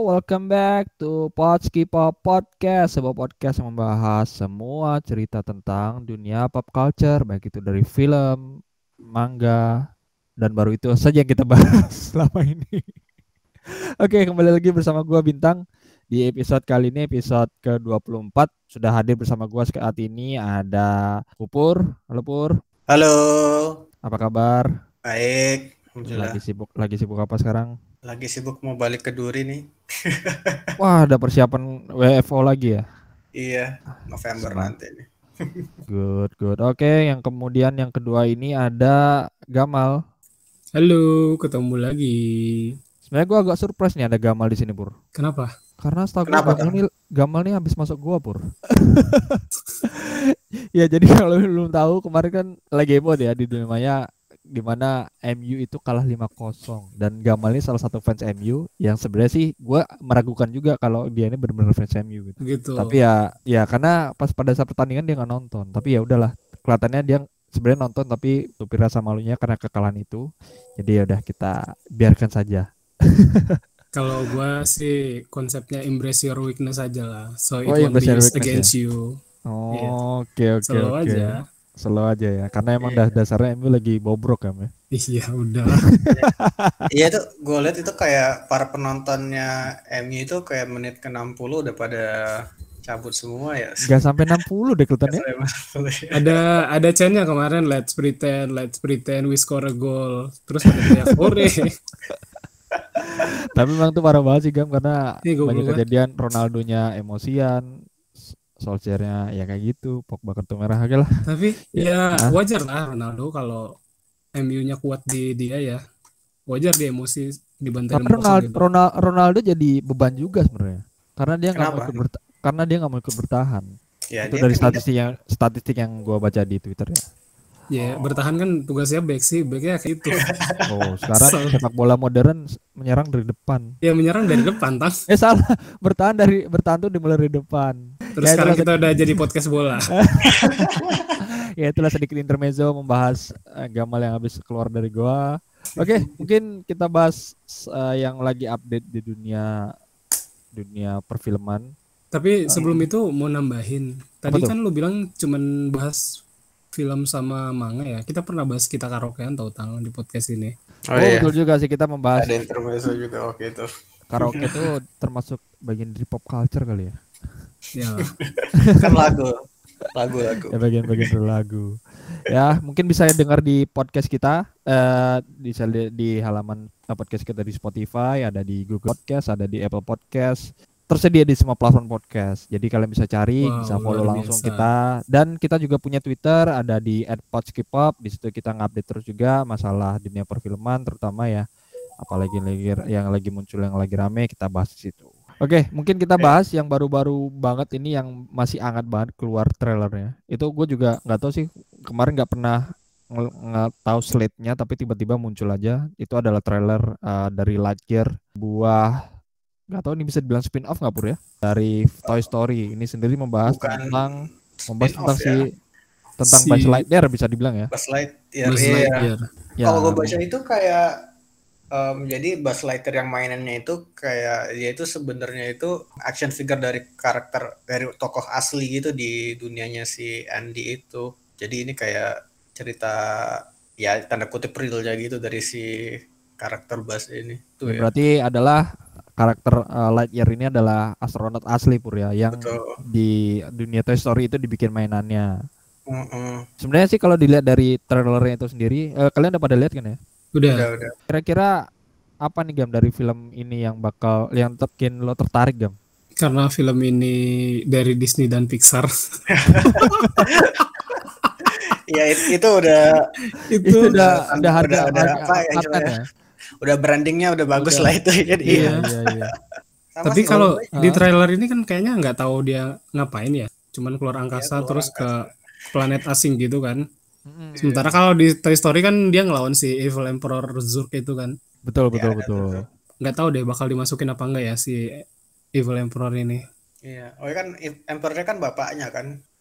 welcome back to Podskipa Podcast, sebuah podcast yang membahas semua cerita tentang dunia pop culture, baik itu dari film, manga, dan baru itu saja yang kita bahas selama ini. Oke, kembali lagi bersama gua Bintang. Di episode kali ini, episode ke-24, sudah hadir bersama gua saat ini ada Pupur. Halo Pur, Halo, apa kabar? baik. Alhamdulillah. Lagi sibuk apa sekarang? Lagi sibuk mau balik ke Duri nih. Wah, ada persiapan WFO lagi ya? Iya, November Senang. nanti nih. Good, good. Oke, yang kemudian yang kedua ini ada Gamal. Halo, ketemu lagi. Sebenarnya gua agak surprise nih ada Gamal di sini, Pur. Kenapa? Karena setahu gua Kenapa, Kang? Gamal nih habis masuk gua, Pur. Ya, jadi kalau lu belum tahu kemarin kan lagi heboh ya di dunia maya di mana MU itu kalah 5-0 dan Gamal ini salah satu fans MU yang sebenarnya sih gua meragukan juga kalau dia ini benar-benar fans MU gitu. Gitu. Tapi ya karena pas pada saat pertandingan dia nggak nonton. Tapi ya udahlah, kelihatannya dia sebenarnya nonton tapi tutupi rasa malunya karena kekalahan itu. Jadi ya udah kita biarkan saja. Kalau gua sih konsepnya embrace your weakness aja lah. So it Oh, won't embrace be your used weakness against you. Iya. Oh, oke oke Slow oke. aja. Slow aja ya. Karena emang Iya, dasarnya MU lagi bobrok kan ya. Iya, udah. iya tuh gue lihat itu kayak para penontonnya MU itu kayak menit ke-60 udah pada cabut semua ya. Gak sampai 60 deh kelihatannya. Ada chantnya kemarin, let's pretend we score a goal. Terus ada teriak hore. Tapi memang tuh parah banget sih Gam karena Ini goblok banyak banget. kejadian Ronaldonya emosian, Solskjaer-nya ya kayak gitu, Pogba kartu merah aja lah. Tapi Ya, ya wajar lah Ronaldo kalau MU-nya kuat di dia ya. Wajar dia emosi dibantai tapi 6-0 gitu. Ronaldo jadi beban juga sebenarnya. Karena dia nggak mau Kenapa? karena dia nggak mau ikut bertahan. Ya, Itu dia dari kan statistik yang gua baca di Twitter ya. Ya, bertahan kan tugasnya back sih, backnya kayak itu. Oh, sekarang sepak bola modern menyerang dari depan. Ya menyerang dari depan, Tang. Salah, bertahan tuh dimulai dari depan. Terus Ya, sekarang itulah kita udah jadi podcast bola. Ya itulah sedikit intermezzo membahas Gamal yang habis keluar dari gua. Oke, mungkin kita bahas yang lagi update di dunia perfilman. Tapi sebelum itu mau nambahin. Apa Tadi tuh? kan lu bilang cuman bahas film sama manga ya. Kita pernah bahas kita karaokean tahu Tang di podcast ini. Oh Oh, iya, betul juga sih kita membahas ada intermezzo juga waktu itu. karaoke itu termasuk bagian dari pop culture kali ya. Ya. Kan lagu. Ya bagian-bagian dari lagu. Ya, mungkin bisa dengar di podcast kita bisa di halaman podcast kita di Spotify, ada di Google Podcast, ada di Apple Podcast. Tersedia di semua platform podcast. Jadi kalian bisa cari, Wow, bisa follow luar langsung biasa. kita. Dan kita juga punya Twitter, ada di @podskipop. Di situ kita ngupdate terus juga masalah dunia perfilman, terutama ya, apalagi yang lagi muncul, yang lagi rame, kita bahas di situ. Oke, mungkin kita bahas yang baru-baru banget ini yang masih hangat banget keluar trailernya. Itu gue juga nggak tahu sih, kemarin nggak pernah nggak tahu slate-nya, tapi tiba-tiba muncul aja. Itu adalah trailer dari Lightyear, buah nggak tahu ini bisa dibilang spin off nggak Pur ya, dari Toy Story. Ini sendiri membahas Bukan tentang spin-off ya. tentang Buzz Lightyear bisa dibilang ya. Buzz Lightyear. Buzz Iya. Lightyear. Ya, Kalau gue baca itu kayak jadi Buzz Lightyear yang mainannya itu kayak dia itu sebenarnya itu action figure dari karakter dari tokoh asli gitu di dunianya si Andy itu. Jadi ini kayak cerita ya tanda kutip realnya gitu dari si karakter Buzz ini. Tuh ya. berarti adalah karakter Lightyear ini adalah astronot asli Pur ya, yang Betul. di dunia Toy Story itu dibikin mainannya. Mm-mm. Sebenarnya sih kalau dilihat dari trailernya itu sendiri, kalian udah pada lihat kan ya? Udah. Udah. Kira-kira apa nih Gam dari film ini yang bikin lo tertarik Gam? Karena film ini dari Disney dan Pixar. Ya itu udah Itu udah harga apa ya, angkatan ya. udah brandingnya udah bagus Udah. lah itu jadi. Iya. Sama Tapi sih, kalau gue di trailer ini kan kayaknya nggak tahu dia ngapain ya. Cuman keluar angkasa keluar terus angkasa. ke planet asing gitu kan. Mm-mm. Sementara kalau di Toy Story kan dia ngelawan si Evil Emperor Zurg itu kan. Betul. Nggak tahu deh bakal dimasukin apa enggak ya si Evil Emperor ini. Iya, oh kan Emperor-nya kan bapaknya kan.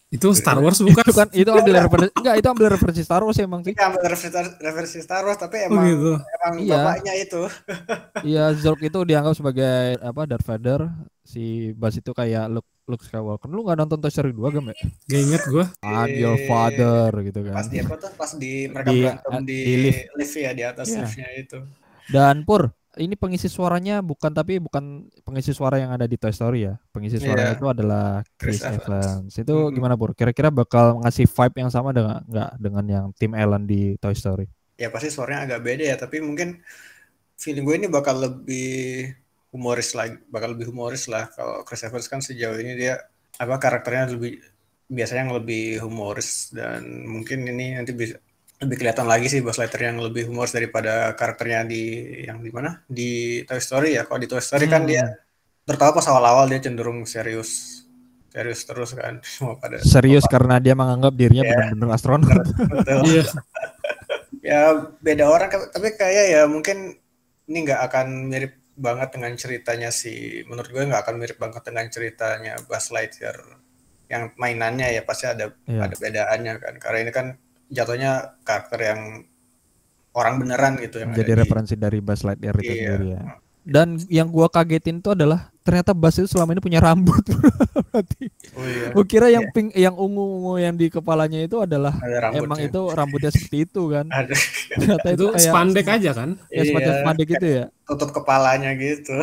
Itu Star Wars bukan? Itu ambil referensi, enggak, itu ambil referensi Star Wars emang sih. Iya, ambil referensi Star Wars, tapi Oh emang gitu. Iya, bapaknya itu. iya, Zork itu dianggap sebagai apa, Darth Vader. Si Buzz itu kayak Luke Skywalker. Lu nggak nonton Toy Story 2 Gam ya? Gak inget gue. I'm your father gitu Pas kan. di apa tuh? Pas di mereka Di berantem di di lift. lift ya, di atas Iya. liftnya itu. Dan Pur, ini pengisi suaranya bukan pengisi suara yang ada di Toy Story ya. Pengisi suaranya Iya, itu adalah Chris Chris Evans. Evans. Itu gimana Pur? Kira-kira bakal ngasih vibe yang sama dengan nggak dengan yang Tim Allen di Toy Story? Ya pasti suaranya agak beda ya, tapi mungkin feeling gue ini bakal lebih humoris lah. Kalau Chris Evans kan sejauh ini dia karakternya biasanya yang lebih humoris, dan mungkin ini nanti bisa lebih kelihatan lagi sih Buzz Lightyear yang lebih humoris daripada karakternya di mana di Toy Story ya. Kalau di Toy Story kan dia terutama pas awal-awal dia cenderung serius terus kan. Serius karena dia menganggap dirinya benar-benar astronot. Betul. Iya. Ya beda orang, tapi kayak ya mungkin ini nggak akan mirip banget dengan ceritanya menurut gue nggak akan mirip banget dengan ceritanya Buzz Lightyear yang mainannya, ya pasti ada bedaannya kan, karena ini kan jatuhnya karakter yang orang beneran gitu yang Jadi referensi dari Buzz Lightyear itu sendiri ya. Iya. Dan yang gua kagetin itu adalah ternyata Buzz itu selama ini punya rambut. Berarti Oh iya. gua kira yang pink, yang ungu yang di kepalanya itu adalah Ada emang rambutnya. itu rambutnya seperti itu kan. Ada. Ternyata itu Itu kayak spandek aja kan? ya semacam spandek gitu ya. Tutup kepalanya gitu.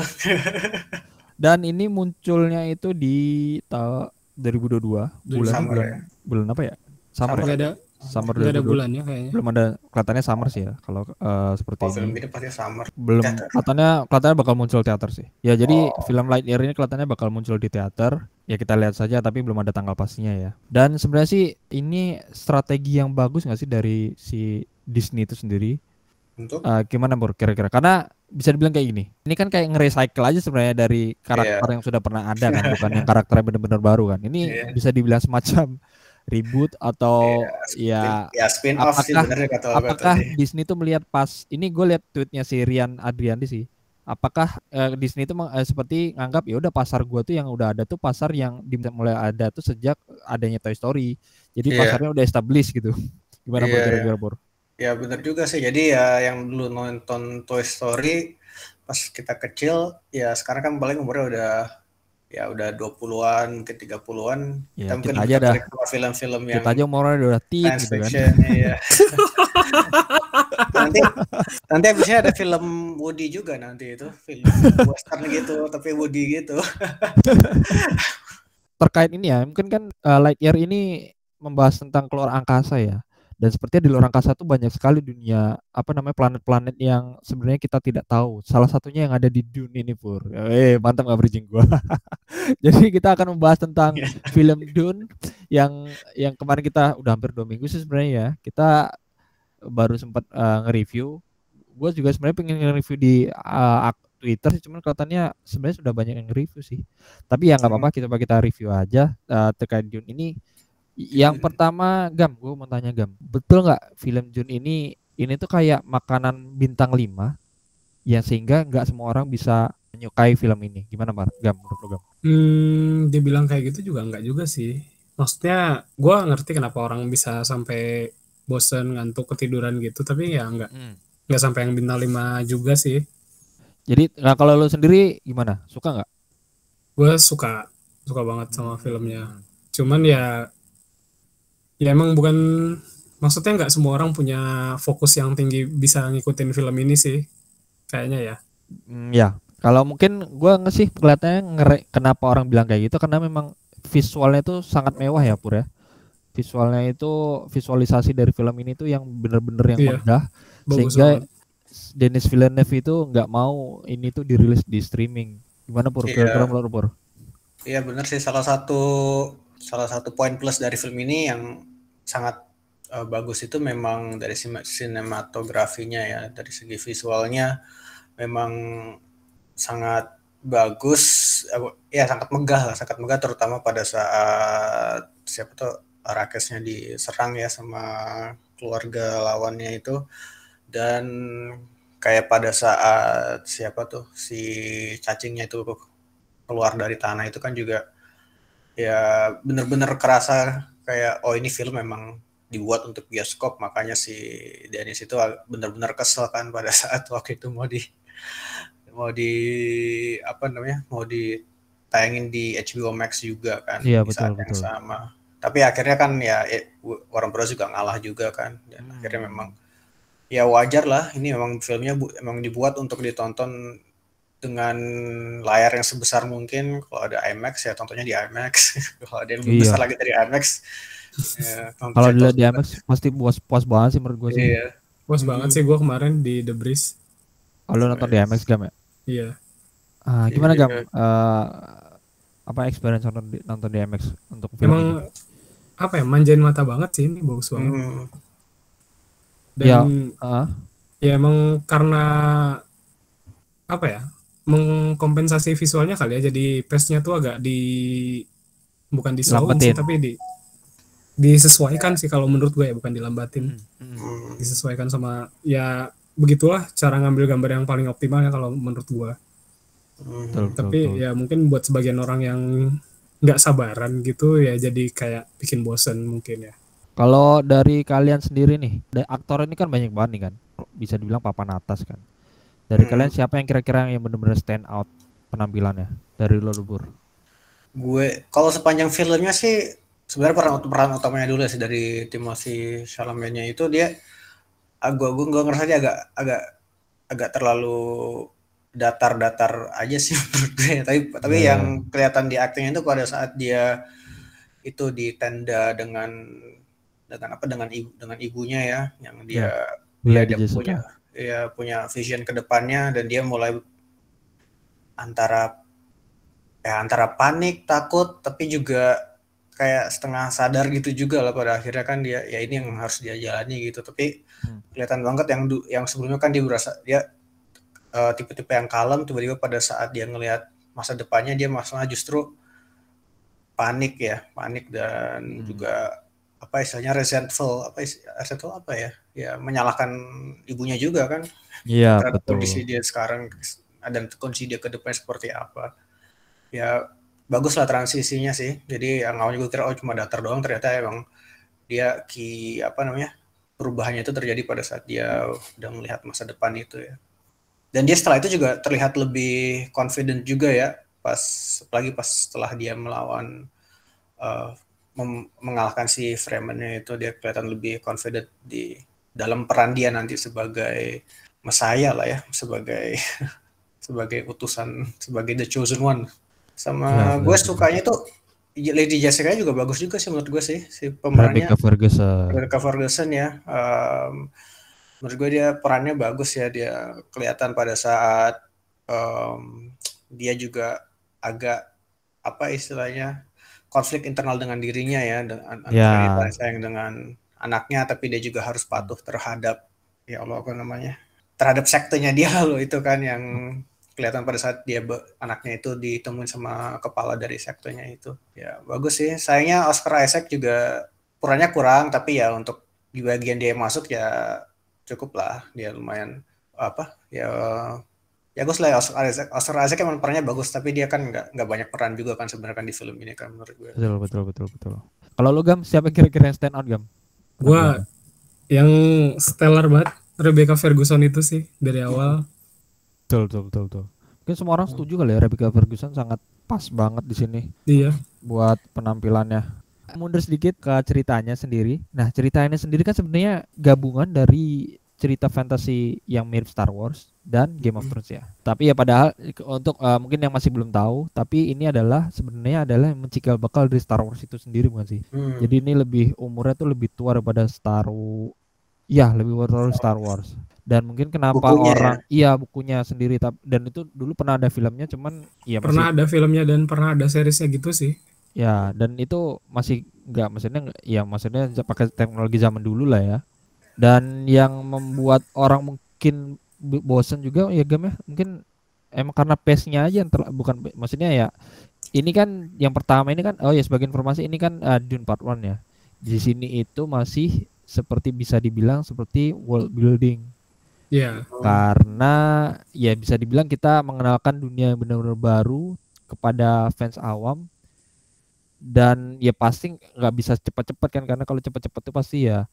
Dan ini munculnya itu di tahun 2022 Summer ya. bulan apa ya? Summer Nggak ya? ada Summer nggak ada 2022. bulannya kayaknya. Belum ada, kelihatannya summer sih ya kalau seperti Oh, film ini. ini pasti summer. Belum, kelihatannya bakal muncul teater sih. Ya jadi Oh. film Lightyear ini kelihatannya bakal muncul di teater. Ya kita lihat saja, tapi belum ada tanggal pastinya ya. Dan sebenarnya sih ini strategi yang bagus nggak sih dari si Disney itu sendiri? Untuk Gimana Bro kira-kira? Karena bisa dibilang kayak gini. Ini kan kayak nge-recycle aja sebenarnya dari karakter yang sudah pernah ada kan, bukan yang karakternya benar-benar baru kan. Ini bisa dibilang semacam reboot atau ya spin off sih benernya kata Olga apakah tadi. Disney itu melihat pas ini, gue lihat tweetnya si Rian Adrianti sih, apakah Disney itu seperti nganggap ya udah pasar gua tuh yang udah ada tuh pasar yang mulai ada tuh sejak adanya Toy Story, jadi pasarnya udah established gitu. Gimana kira-kira Bor? Ya benar juga sih, jadi ya yang dulu nonton Toy Story pas kita kecil ya sekarang kan paling umurnya udah 20-an, mungkin 30-an. Ya, Kita mungkin aja dah. Film-film yang kita aja umurnya udah teen gitu kan. Ya. nanti abisnya ada film Woody juga nanti, itu film western gitu tapi Woody gitu. Terkait ini ya, mungkin kan Lightyear ini membahas tentang keluar angkasa ya. Dan sepertinya di luar angkasa tuh banyak sekali dunia, planet-planet yang sebenarnya kita tidak tahu. Salah satunya yang ada di Dune ini Pur. Mantap nggak bridging gua. Jadi kita akan membahas tentang film Dune yang kemarin kita udah hampir 2 minggu sih sebenarnya ya. Kita baru sempat nge-review. Gue juga sebenarnya pengen nge-review di Twitter sih, cuman kelihatannya sebenarnya sudah banyak yang nge-review sih. Tapi ya nggak apa-apa, kita review aja terkait Dune ini. Yang pertama Gam, gue mau tanya Gam, betul nggak film Dune ini tuh kayak makanan bintang 5 ya, sehingga nggak semua orang bisa menyukai film ini? Gimana Gam, menurut lo Gam? Dia bilang kayak gitu juga nggak juga sih. Maksudnya gue ngerti kenapa orang bisa sampai bosen, ngantuk, ketiduran gitu, tapi ya nggak sampai yang bintang 5 juga sih. Jadi kalau lo sendiri gimana, suka nggak? Gue suka banget sama filmnya. Cuman ya emang bukan, maksudnya nggak semua orang punya fokus yang tinggi bisa ngikutin film ini sih kayaknya ya. Ya kalau mungkin gue sih kelihatannya kenapa orang bilang kayak gitu, karena memang visualnya itu sangat mewah ya Pur ya. Visualnya itu, visualisasi dari film ini tuh yang bener-bener yang megah, sehingga Denis Villeneuve itu nggak mau ini tuh dirilis di streaming. Gimana Pur? Kira-kira menurut Pur? Iya benar sih, salah satu poin plus dari film ini yang sangat bagus itu memang dari sinematografinya ya, dari segi visualnya memang sangat bagus, sangat megah terutama pada saat Arrakisnya diserang ya sama keluarga lawannya itu, dan kayak pada saat si cacingnya itu keluar dari tanah itu kan juga ya bener-bener kerasa kayak oh ini film memang dibuat untuk bioskop, makanya si Dennis itu benar-benar kesel kan pada saat waktu itu mau di apa namanya, mau ditayangin di HBO Max juga kan Iya di saat betul yang betul. sama. Tapi akhirnya kan ya Warner Bros juga ngalah juga kan, dan akhirnya memang ya wajar lah, ini memang filmnya memang dibuat untuk ditonton dengan layar yang sebesar mungkin. Kalau ada IMAX ya tontonnya di IMAX. Kalau ada yang lebih besar Iya. lagi dari IMAX ya Kalau tonton dilihat di IMAX pasti puas banget sih menurut gue sih. iya. Puas banget sih gue kemarin di The Breeze. Kalau nonton di IMAX Gam ya. Iya. Gimana Gam? Iya. Apa experience nonton di IMAX untuk film ini? Emang apa ya, manjain mata banget sih, ini bagus banget. Dan Ya, ya emang karena apa ya, mengkompensasi visualnya kali ya, jadi pace-nya tuh agak bukan di slowing sih, lambetin. tapi disesuaikan sih kalau menurut gue ya, bukan dilambatin. Disesuaikan sama ya begitulah cara ngambil gambar yang paling optimal ya kalau menurut gue. Tapi ya mungkin buat sebagian orang yang nggak sabaran gitu ya, jadi kayak bikin bosen mungkin ya. Kalau dari kalian sendiri nih, aktor ini kan banyak banget nih kan, bisa dibilang papan atas kan. Dari kalian siapa yang kira-kira yang benar-benar stand out penampilannya dari lo Bur? Gue kalau sepanjang filmnya sih sebenarnya peran utamanya dulu sih dari Timothée Chalamet-nya itu, dia gue ngerasa dia agak terlalu datar aja sih menurut gue. Tapi yang kelihatan di aktingnya itu pada saat dia itu di tenda dengan ibunya ya, yang dia punya vision ke depannya, dan dia mulai antara panik, takut, tapi juga kayak setengah sadar gitu juga lah pada akhirnya kan, dia ya ini yang harus dia jalani gitu. Tapi kelihatan banget yang sebelumnya kan dia berasa dia tipe-tipe yang kalem, tiba-tiba pada saat dia ngelihat masa depannya dia masalah justru panik dan juga apa istilahnya resentful apa ya menyalahkan ibunya juga kan. Iya terhadap betul. Kondisi dia sekarang dan kondisi dia ke depan seperti apa. Ya bagus lah transisinya sih. Jadi yang awalnya gue kira cuma datar doang, ternyata emang dia perubahannya itu terjadi pada saat dia udah melihat masa depan itu ya. Dan dia setelah itu juga terlihat lebih confident juga ya, apalagi pas setelah dia melawan mengalahkan si Freeman-nya itu, dia kelihatan lebih confident di dalam peran dia nanti sebagai Messiah lah ya, sebagai utusan, sebagai the chosen one. Sama gue sukanya tuh Lady Jessica juga bagus juga sih menurut gue sih, si pemerannya Rebecca Ferguson ya. Menurut gue dia perannya bagus ya, dia kelihatan pada saat dia juga agak apa istilahnya konflik internal dengan dirinya ya, antara sayang dengan anaknya, tapi dia juga harus patuh terhadap ya Allah terhadap sektenya dia loh itu kan, yang kelihatan pada saat dia anaknya itu ditemuin sama kepala dari sektenya itu. Ya bagus sih. Sayangnya Oscar Isaac juga perannya kurang, tapi ya untuk di bagian dia masuk ya cukup lah, dia lumayan bagus lah ya. Oscar Isaac emang perannya bagus, tapi dia kan nggak banyak peran juga kan sebenarnya kan di film ini kan menurut gue. Betul. Kalau lo Gam, siapa kira-kira yang stand out Gam? Gue yang stellar banget Rebecca Ferguson itu sih dari awal. Betul. Mungkin semua orang setuju kali ya, Rebecca Ferguson sangat pas banget di sini. Iya. Buat penampilannya. Mundur sedikit ke ceritanya sendiri. Nah, ceritanya sendiri kan sebenarnya gabungan dari cerita fantasi yang mirip Star Wars dan Game of Thrones ya. Tapi ya padahal untuk mungkin yang masih belum tahu, tapi ini sebenarnya adalah mencikal bakal dari Star Wars itu sendiri bukan sih? Jadi ini umurnya tuh lebih tua daripada lebih tua Star Wars. Dan mungkin kenapa bukunya sendiri, dan itu dulu pernah ada filmnya, cuman ya pernah ada filmnya dan pernah ada seriesnya gitu sih. Ya, dan itu masih maksudnya pakai teknologi zaman dulu lah ya. Dan yang membuat orang mungkin bosan juga ya Gam ya, mungkin emang karena pace-nya aja yang bukan, maksudnya ya ini kan yang pertama ini kan sebagai informasi ini kan Dune Part 1 ya. Di sini itu masih seperti bisa dibilang seperti world building. Iya. Karena ya bisa dibilang kita mengenalkan dunia yang benar-benar baru kepada fans awam. dan ya pasti nggak bisa cepat-cepat kan, karena kalau cepat-cepat tuh pasti ya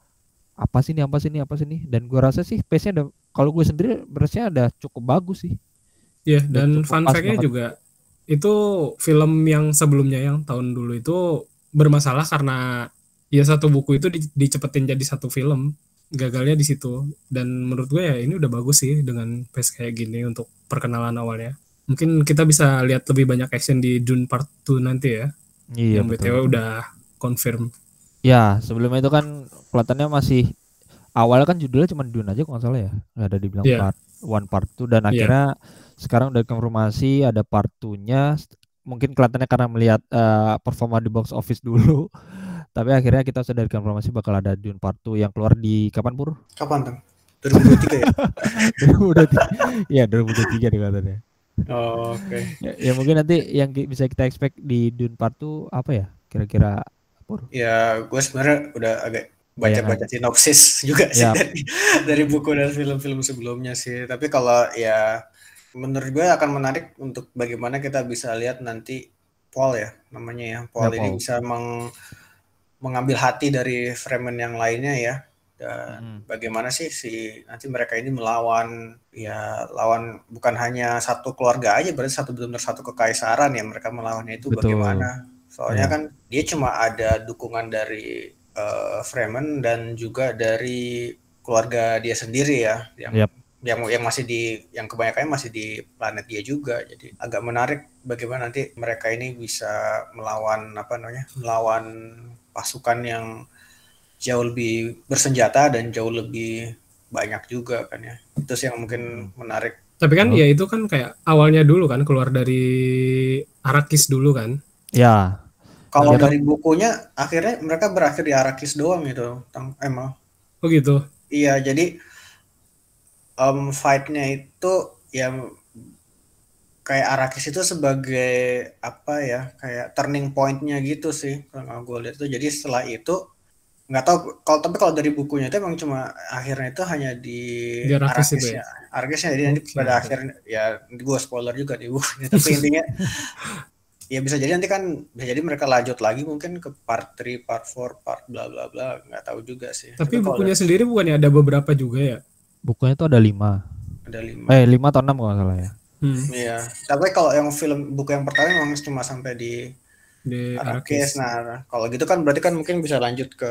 apa sih nih, dan gua rasa sih pace-nya ada, kalau gue sendiri berasnya ada cukup bagus sih, Ya, udah dan cukup fun pas fact-nya banget. juga itu film yang sebelumnya yang tahun dulu itu bermasalah karena ya satu buku itu dicepetin jadi satu film. Gagalnya di situ. Dan menurut gue ya ini udah bagus sih dengan pace kayak gini untuk perkenalan awalnya. Mungkin kita bisa lihat lebih banyak action di Dune Part 2 nanti ya. Iya Yang betul BTW betul. udah confirm. Ya sebelumnya itu kan kelihatannya masih, awalnya kan judulnya cuma Dune aja kalau nggak salah ya, nggak ada dibilang Iya, part one part two, dan iya. akhirnya sekarang udah konfirmasi ada part 2-nya. Mungkin kelihatannya karena melihat performa di box office dulu, tapi akhirnya kita sudah dikonfirmasi bakal ada Dune part 2 yang keluar di kapan Pur? Kapan tuh? 2023 ya? 2023. Ya 2023 deh katanya. Oh, oke. Ya mungkin nanti yang bisa kita expect di Dune part 2 apa ya kira-kira Pur? Ya, gue sebenarnya udah agak baca-baca Bayangan. sinopsis juga sih Ya, dari buku dan film-film sebelumnya sih. Tapi kalau ya menurut gue akan menarik untuk bagaimana kita bisa lihat nanti Paul ya namanya ya. ya Paul ini Paul. bisa mengambil hati dari Fremen yang lainnya ya. Dan Mm-mm. bagaimana sih si nanti mereka ini melawan ya lawan bukan hanya satu keluarga aja, berarti benar-benar satu kekaisaran ya, mereka melawannya itu Betul. bagaimana? Soalnya Ya. kan dia cuma ada dukungan dari Fremen dan juga dari keluarga dia sendiri ya, Yap. yang masih yang kebanyakannya masih di planet dia juga. Jadi agak menarik bagaimana nanti mereka ini bisa melawan pasukan yang jauh lebih bersenjata dan jauh lebih banyak juga kan ya. Itu sih yang mungkin Mm-mm. menarik. Tapi kan Oh, ya itu kan kayak awalnya dulu kan keluar dari Arrakis dulu kan. ya. Kalau Ya Dan kan. dari bukunya akhirnya mereka berakhir di Arrakis doang gitu. Emang. oh gitu. Iya, jadi fight-nya itu yang kayak Arrakis itu sebagai apa ya, kayak turning point-nya gitu sih kalau gue lihat tuh. Jadi setelah itu nggak tahu kalau dari bukunya itu emang cuma akhirnya itu hanya di Di Arrakis itu ya. Arrakisnya jadi nanti Oke, pada oke. akhirnya ya gue spoiler juga di bukunya, tapi intinya ya bisa jadi nanti kan bisa jadi mereka lanjut lagi mungkin ke part 3, part 4, part bla bla bla, nggak tahu juga sih, Tapi tapi kalau bukunya sendiri bukannya ada beberapa juga ya? Bukunya itu ada 5. ada 5. 5 atau 6 kalau nggak salah ya. Iya, tapi kalau yang buku yang pertama memang cuma sampai di Di Arrakis. Arrakis. Nah kalau gitu kan berarti kan mungkin bisa lanjut ke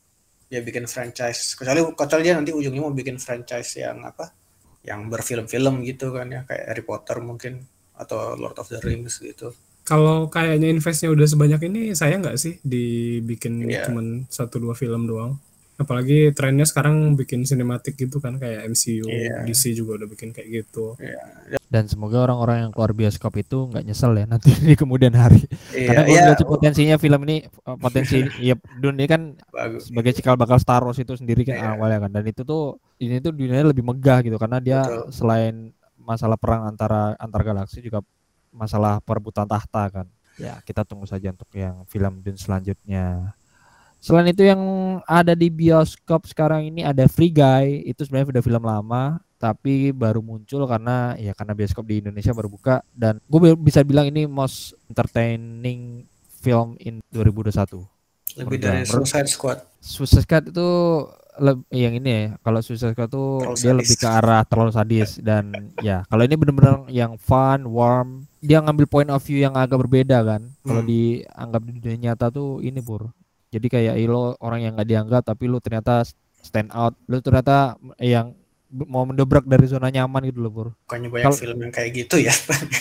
ya bikin franchise, kecuali dia nanti ujungnya mau bikin franchise yang apa, yang berfilm-film gitu kan ya, kayak Harry Potter mungkin atau Lord of the Rings gitu. Kalau kayaknya investnya udah sebanyak ini, saya nggak sih dibikin Iya, cuman 1-2 film doang. Apalagi trennya sekarang bikin sinematik gitu kan, kayak MCU, iya, DC juga udah bikin kayak gitu. iya, Dan semoga orang-orang yang keluar bioskop itu nggak nyesel ya nanti di kemudian hari. iya, Karena gue iya, ngeliat sih potensinya film ini, potensi ya Dune ini kan bagus. sebagai cikal bakal Star Wars itu sendiri kan Iya, awalnya kan, dan itu tuh ini tuh dunianya lebih megah gitu karena dia betul. selain masalah perang antar galaksi juga masalah perebutan tahta kan. Ya kita tunggu saja untuk yang film Dune selanjutnya. Selain itu yang ada di bioskop sekarang ini ada Free Guy. Itu sebenarnya udah film lama tapi baru muncul karena bioskop di Indonesia baru buka, dan gue bisa bilang ini most entertaining film in 2021 Lebih menurut gue. dari Suicide Squad, Suicide Squad itu yang ini ya. Kalau Suicide Squad tuh terlalu dia sadis. lebih ke arah terlalu sadis, dan ya kalau ini bener-bener yang fun, warm. Dia ngambil point of view yang agak berbeda kan. Kalau dianggap di dunia nyata tuh ini Pur. Jadi kayak lo orang yang nggak dianggap tapi lo ternyata stand out. Lo ternyata yang mau mendobrak dari zona nyaman gitu loh Pur. Bukannya banyak Kalau film yang kayak gitu ya.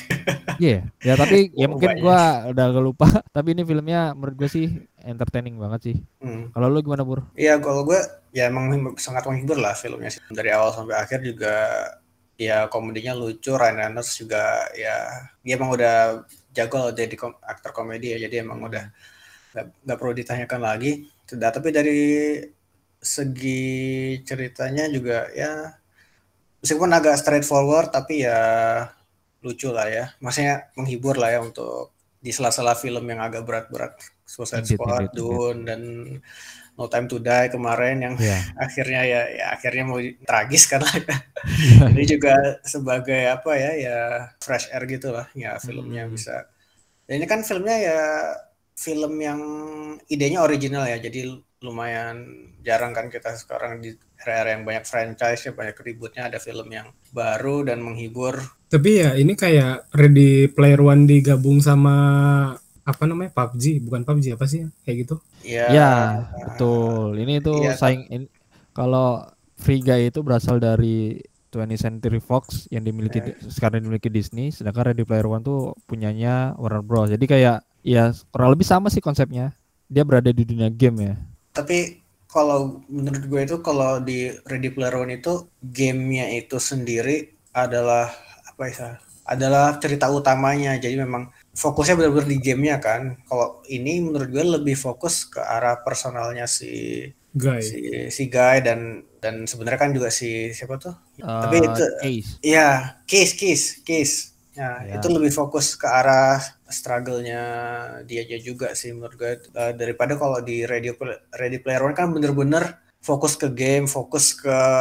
iya, ya tapi ya Oh, mungkin banyak. gua udah agak lupa. Tapi ini filmnya menurut gue sih entertaining banget sih. Kalau lo gimana Pur? Iya, kalau gue ya emang sangat menghibur lah filmnya sih. Dari awal sampai akhir juga ya komedinya lucu, Ryan Reynolds juga ya dia emang udah jago lah jadi aktor komedi ya. Jadi emang udah nggak perlu ditanyakan lagi. Tapi dari segi ceritanya juga ya meskipun agak straightforward tapi ya lucu lah ya. Maksudnya menghibur lah ya untuk di sela-sela film yang agak berat-berat. Suicide Indeed, Squad, indeed, indeed. Dune, dan No Time to Die kemarin yang Iya. akhirnya ya akhirnya mau tragis karena Iya, ini iya. juga sebagai apa ya fresh air gitu lah ya filmnya Hmm. bisa. Dan ini kan filmnya ya film yang idenya original ya, jadi lumayan jarang kan kita sekarang di era yang banyak franchise ya, banyak ributnya, ada film yang baru dan menghibur. Tapi ya ini kayak Ready Player One digabung sama apa namanya PUBG, bukan PUBG apa sih kayak gitu? Ya, betul. Ini tuh ya, kalau Free Guy itu berasal dari 20th Century Fox yang sekarang dimiliki Disney, sedangkan Ready Player One tuh punyanya Warner Bros. Jadi kayak ya kurang lebih sama sih konsepnya. Dia berada di dunia game ya. Tapi kalau menurut gue itu kalau di Ready Player One itu gamenya itu sendiri adalah apa ya? Adalah cerita utamanya. Jadi memang fokusnya benar-benar di gamenya kan. Kalau ini menurut gue lebih fokus ke arah personalnya si Guy. Guy dan sebenarnya kan juga si siapa tuh? Tapi itu Case. ya case. Ya, itu lebih fokus ke arah struggle-nya dia juga sih menurut gue, daripada kalau di Ready Player One kan bener-bener fokus ke game, fokus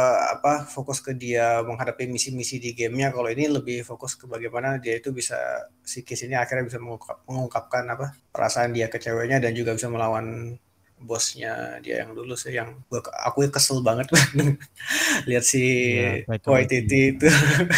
ke dia menghadapi misi-misi di gamenya. Kalau ini lebih fokus ke bagaimana dia itu bisa, si Kiss ini akhirnya bisa mengungkapkan perasaan dia ke ceweknya dan juga bisa melawan bosnya dia yang dulu sih, yang aku kesel banget lihat si Waititi itu.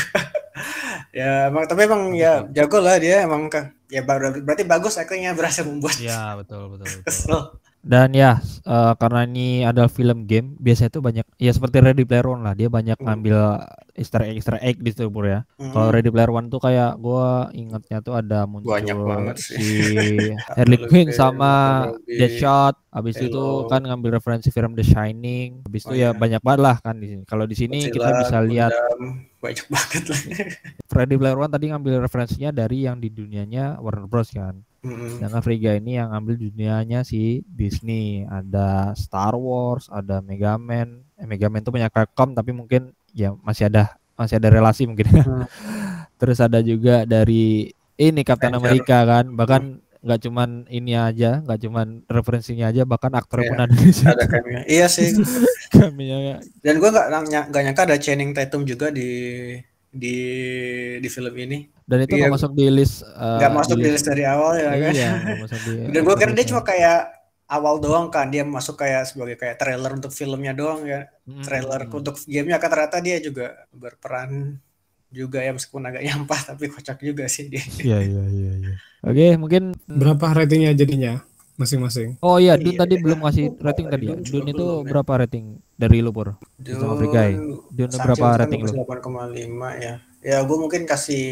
Ya emang, tapi emang ya jago lah dia emang kan. Ya berarti bagus actingnya, berhasil membuat. Ya betul. Kesel. Dan ya karena ini adalah film game, biasanya itu banyak ya seperti Ready Player One lah, dia banyak ngambil Easter egg di situ Pur ya. Kalau Ready Player One tuh kayak gua ingatnya tuh ada muncul si Harley Quinn sama Deadshot, habis itu kan ngambil referensi film The Shining, habis itu ya banyak banget lah kan di sini. Kalau di sini kita bisa lihat banyak banget lah. Ready Player One tadi ngambil referensinya dari yang di dunianya Warner Bros kan. Sedangkan Free Guy ini yang ambil dunianya si Disney. Ada Star Wars, ada Mega Man. Mega Man itu punya Capcom tapi mungkin ya masih ada relasi mungkin. Terus ada juga dari ini Captain America kan. Bahkan nggak cuman ini aja, nggak cuman referensinya aja, bahkan aktornya pun ada di situ. Ada cameo. Iya sih. Cameo. Dan gue nggak nyangka ada Channing Tatum juga di film ini. Dan itu nggak masuk di list. Nggak masuk di list dari awal ya kan. Iya, nggak masuk di. Dan gue kira dia cuma kayak awal doang kan, dia masuk kayak sebagai kayak trailer untuk filmnya doang ya. Trailer untuk gamenya kan, ternyata dia juga berperan juga ya, meskipun agak nyampah tapi kocak juga sih dia. Iya. Oke, mungkin berapa ratingnya jadinya masing-masing? Oh iya, Dun tadi belum ngasih rating tadi ya. Dun itu berapa rating dari lu Pur? Sama Free Guy. Dun berapa rating lu? 8,5 ya. Ya gue mungkin kasih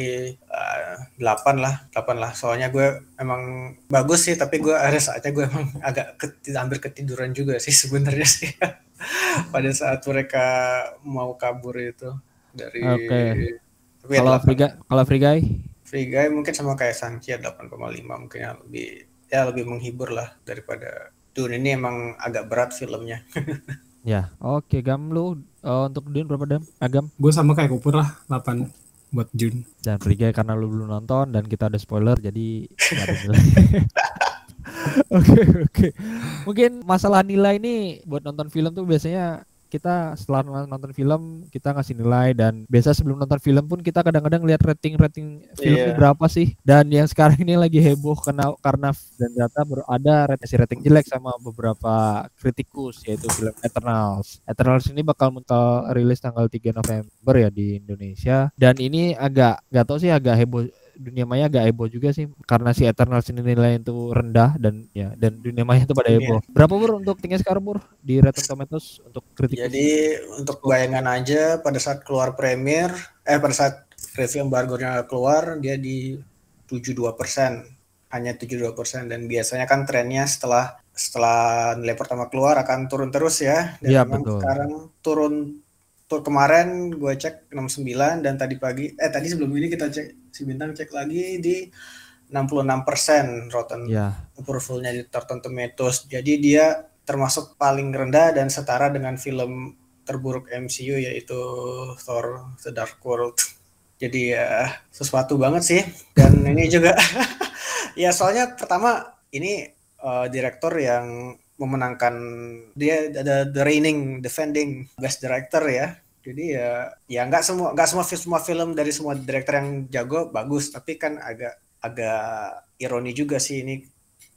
8 lah. Soalnya gue emang bagus sih, tapi gue ada saatnya gue emang agak hampir ketiduran juga sih sebenarnya sih. Pada saat mereka mau kabur itu dari. Oke. Kalau Free Guy? Free Guy mungkin sama kayak Sanchi 8,5, mungkin lebih menghibur lah daripada Dune. Ini emang agak berat filmnya. Ya, oke. Gam lu untuk Dune berapa Agam? Gue sama kayak Kupur lah, 8 buat Jun. Dan Free Guy karena lu belum nonton dan kita ada spoiler jadi nggak ada nilai. Oke. Mungkin masalah nilai ini buat nonton film tuh biasanya kita setelah nonton film kita ngasih nilai, dan biasa sebelum nonton film pun kita kadang-kadang lihat rating filmnya berapa sih. Dan yang sekarang ini lagi heboh karena dan ternyata ada rating jelek sama beberapa kritikus, yaitu film Eternals. Eternals ini bakal rilis tanggal 3 November ya di Indonesia, dan ini agak nggak tahu sih, agak heboh. Dunia maya agak heboh juga sih karena si Eternals ini nilai itu rendah dan dunia maya itu pada heboh. Berapa Pur untuk tinggal sekarang Pur di Rotten Tomatoes untuk kritik? Jadi untuk bayangan aja, pada saat keluar premier pada saat review embargonya keluar, dia di 72%, hanya 72%, dan biasanya kan trennya setelah nilai pertama keluar akan turun terus ya. Dan ya, memang betul. Sekarang turun kemarin gue cek 69, dan tadi sebelum ini kita cek, si Bintang cek lagi di 66% Rotten approval-nya di Rotten Tomatoes. Jadi dia termasuk paling rendah dan setara dengan film terburuk MCU, yaitu Thor The Dark World. Jadi ya sesuatu banget sih. Dan ini juga ya soalnya pertama ini direktur yang memenangkan, dia ada defending best director ya. Jadi ya nggak semua film dari semua director yang jago bagus, tapi kan agak ironi juga sih ini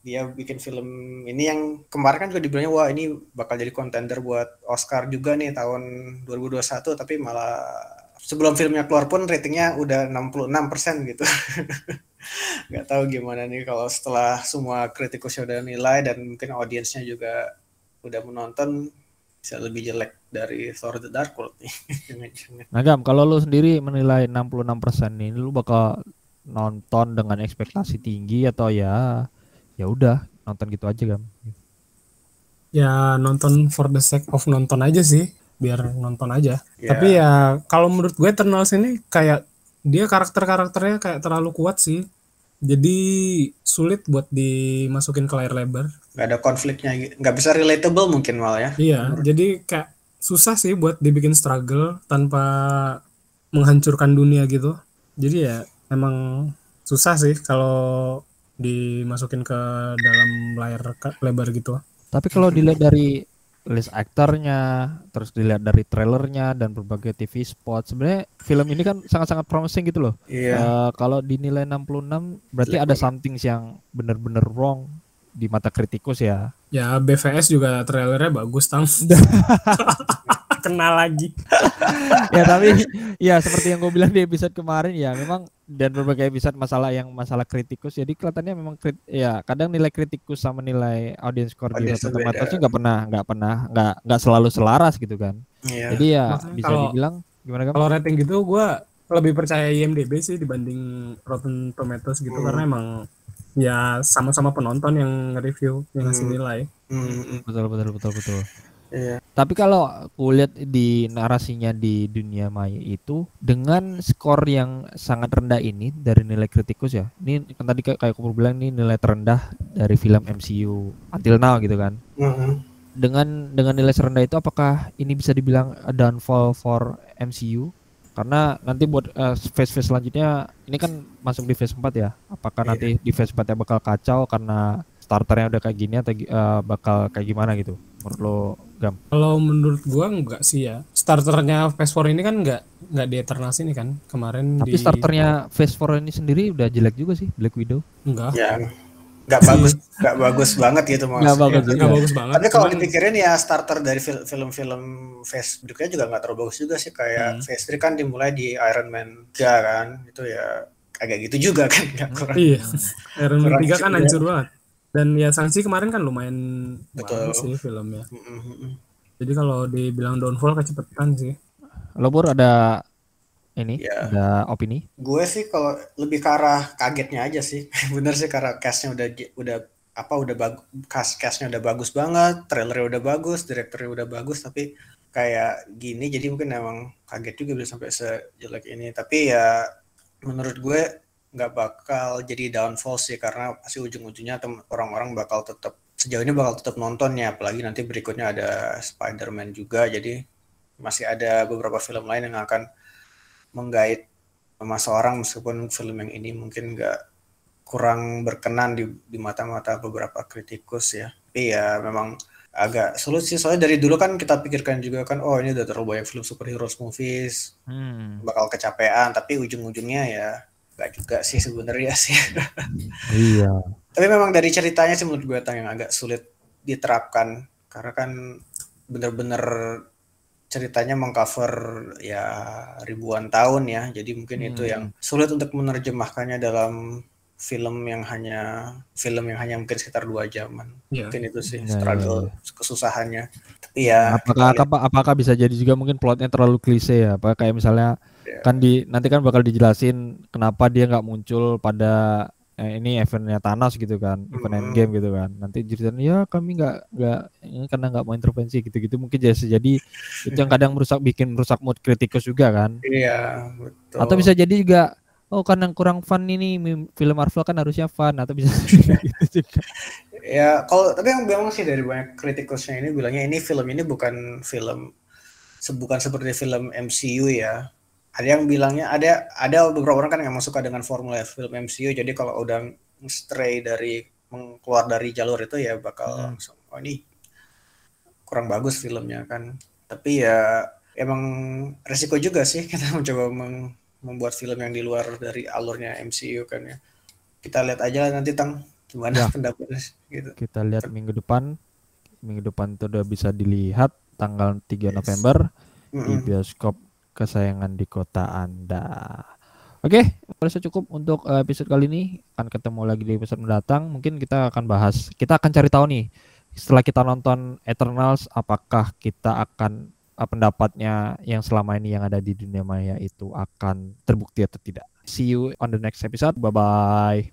dia bikin film ini yang kemarin kan juga dibilangnya wah ini bakal jadi contender buat Oscar juga nih tahun 2021, tapi malah sebelum filmnya keluar pun ratingnya udah 66% gitu. Nggak tahu gimana nih kalau setelah semua kritikusnya udah nilai dan mungkin audiensnya juga udah menonton, bisa lebih jelek dari Thor The Dark World nih. Nah Gam, kalau lu sendiri menilai 66% nih, lu bakal nonton dengan ekspektasi tinggi atau ya udah nonton gitu aja Gam? Ya nonton for the sake of nonton aja sih, biar nonton aja. Tapi ya kalau menurut gue Eternals ini kayak dia karakternya kayak terlalu kuat sih. Jadi sulit buat dimasukin ke layar lebar. Nggak ada konfliknya, nggak bisa relatable mungkin malah ya. Iya, jadi kayak susah sih buat dibikin struggle tanpa menghancurkan dunia gitu. Jadi ya emang susah sih kalau dimasukin ke dalam layar lebar gitu. Tapi kalau dilihat dari list aktornya, terus dilihat dari trailernya dan berbagai TV spot, sebenarnya film ini kan sangat-sangat promising gitu loh. Iya. Kalau dinilai 66 berarti ada something yang benar-benar wrong di mata kritikus ya. Ya BVS juga trailernya bagus tang. Kenal lagi. Ya tapi ya seperti yang gue bilang di episode kemarin ya memang, dan berbagai episode masalah kritikus, jadi kelihatannya memang ya kadang nilai kritikus sama nilai audience score di Rotten Tomatoes nggak selalu selaras gitu kan. Iya. Jadi ya makanya bisa dibilang gimana kan? Kalau rating gitu gue lebih percaya IMDb sih dibanding Rotten Tomatoes gitu, karena emang ya sama-sama penonton yang nge-review, yang ngasih nilai. Betul. Iya. Tapi kalau aku lihat di narasinya di dunia maya itu dengan skor yang sangat rendah ini dari nilai kritikus ya. Ini kan tadi kayak aku bilang ini nilai terendah dari film MCU until now gitu kan. Dengan nilai serendah itu apakah ini bisa dibilang a downfall for MCU? Karena nanti buat phase-phase selanjutnya ini kan masuk di phase 4 ya. Apakah nanti di phase 4 ya bakal kacau karena starternya udah kayak gini atau bakal kayak gimana gitu menurut lo Gam? Kalau menurut gua enggak sih ya. Starternya Phase 4 ini kan enggak di Eternals ini kan kemarin. Tapi starternya Phase 4 ini sendiri udah jelek juga sih, Black Widow. Enggak. Ya, nggak bagus banget gitu maksudnya. Nggak bagus banget. Tapi kalau dipikirin ya starter dari film-film Phase berikutnya juga nggak terlalu bagus juga sih, kayak Phase 3 kan dimulai di Iron Man 3 kan, itu ya agak gitu juga kan, nggak kurang. Iya. Iron Man 3 kan hancur banget. Dan ya Shang-Chi kemarin kan lumayan bagus sih filmnya. Jadi kalau dibilang downfall kecepetan sih. Lo Bur ada ini ada opini? Gue sih kalau lebih ke arah kagetnya aja sih. Bener sih, karena cast-nya udah bagus, cast-nya udah bagus banget, trailernya udah bagus, direkturnya udah bagus, tapi kayak gini jadi mungkin emang kaget juga bisa sampai sejelek ini. Tapi ya menurut gue nggak bakal jadi downfall sih, karena pasti ujung-ujungnya orang-orang bakal tetap, sejauh ini bakal tetap nontonnya, apalagi nanti berikutnya ada Spider-Man juga, jadi masih ada beberapa film lain yang akan menggait masa orang, meskipun film yang ini mungkin nggak kurang berkenan di mata-mata beberapa kritikus ya. Tapi ya memang agak sulit sih, soalnya dari dulu kan kita pikirkan juga kan, oh ini udah terlalu banyak film superhero movies, bakal kecapean, tapi ujung-ujungnya ya nggak juga sih sebenarnya sih. Iya. Tapi memang dari ceritanya sih menurut gue yang agak sulit diterapkan, karena kan bener-bener ceritanya mengcover ya ribuan tahun ya, jadi mungkin itu yang sulit untuk menerjemahkannya dalam film yang hanya mungkin sekitar 2 jaman. Mungkin itu sih struggle, kesusahannya. Tapi ya apakah bisa jadi juga mungkin plotnya terlalu klise ya, apa kayak misalnya kan nanti kan bakal dijelasin kenapa dia nggak muncul pada ini eventnya Thanos gitu kan, event Endgame gitu kan. Nanti jelasin ya kami nggak ini karena nggak mau intervensi gitu-gitu, mungkin jadi itu yang kadang bikin merusak mood kritikus juga kan. Iya, betul. Atau bisa jadi juga karena kurang fun ini, film Marvel kan harusnya fun, atau bisa gitu juga. Ya kalau tapi yang memang sih dari banyak kritikusnya ini bilangnya ini film ini bukan seperti film MCU ya. Ada yang bilangnya ada beberapa orang kan yang suka dengan formula film MCU, jadi kalau udah stray keluar dari jalur itu ya bakal langsung ini kurang bagus filmnya kan. Tapi ya emang resiko juga sih kita mencoba membuat film yang di luar dari alurnya MCU kan ya. Kita lihat aja nanti Gimana Ya. pendapatnya gitu. Kita lihat minggu depan itu udah bisa dilihat tanggal 3 Yes. November di Mm-mm. bioskop kesayangan di kota Anda. Oke, merasa cukup untuk episode kali ini. Akan ketemu lagi di episode mendatang. Mungkin kita akan kita akan cari tahu nih setelah kita nonton Eternals, apakah kita akan pendapatnya yang selama ini yang ada di dunia maya itu akan terbukti atau tidak. See you on the next episode. Bye bye.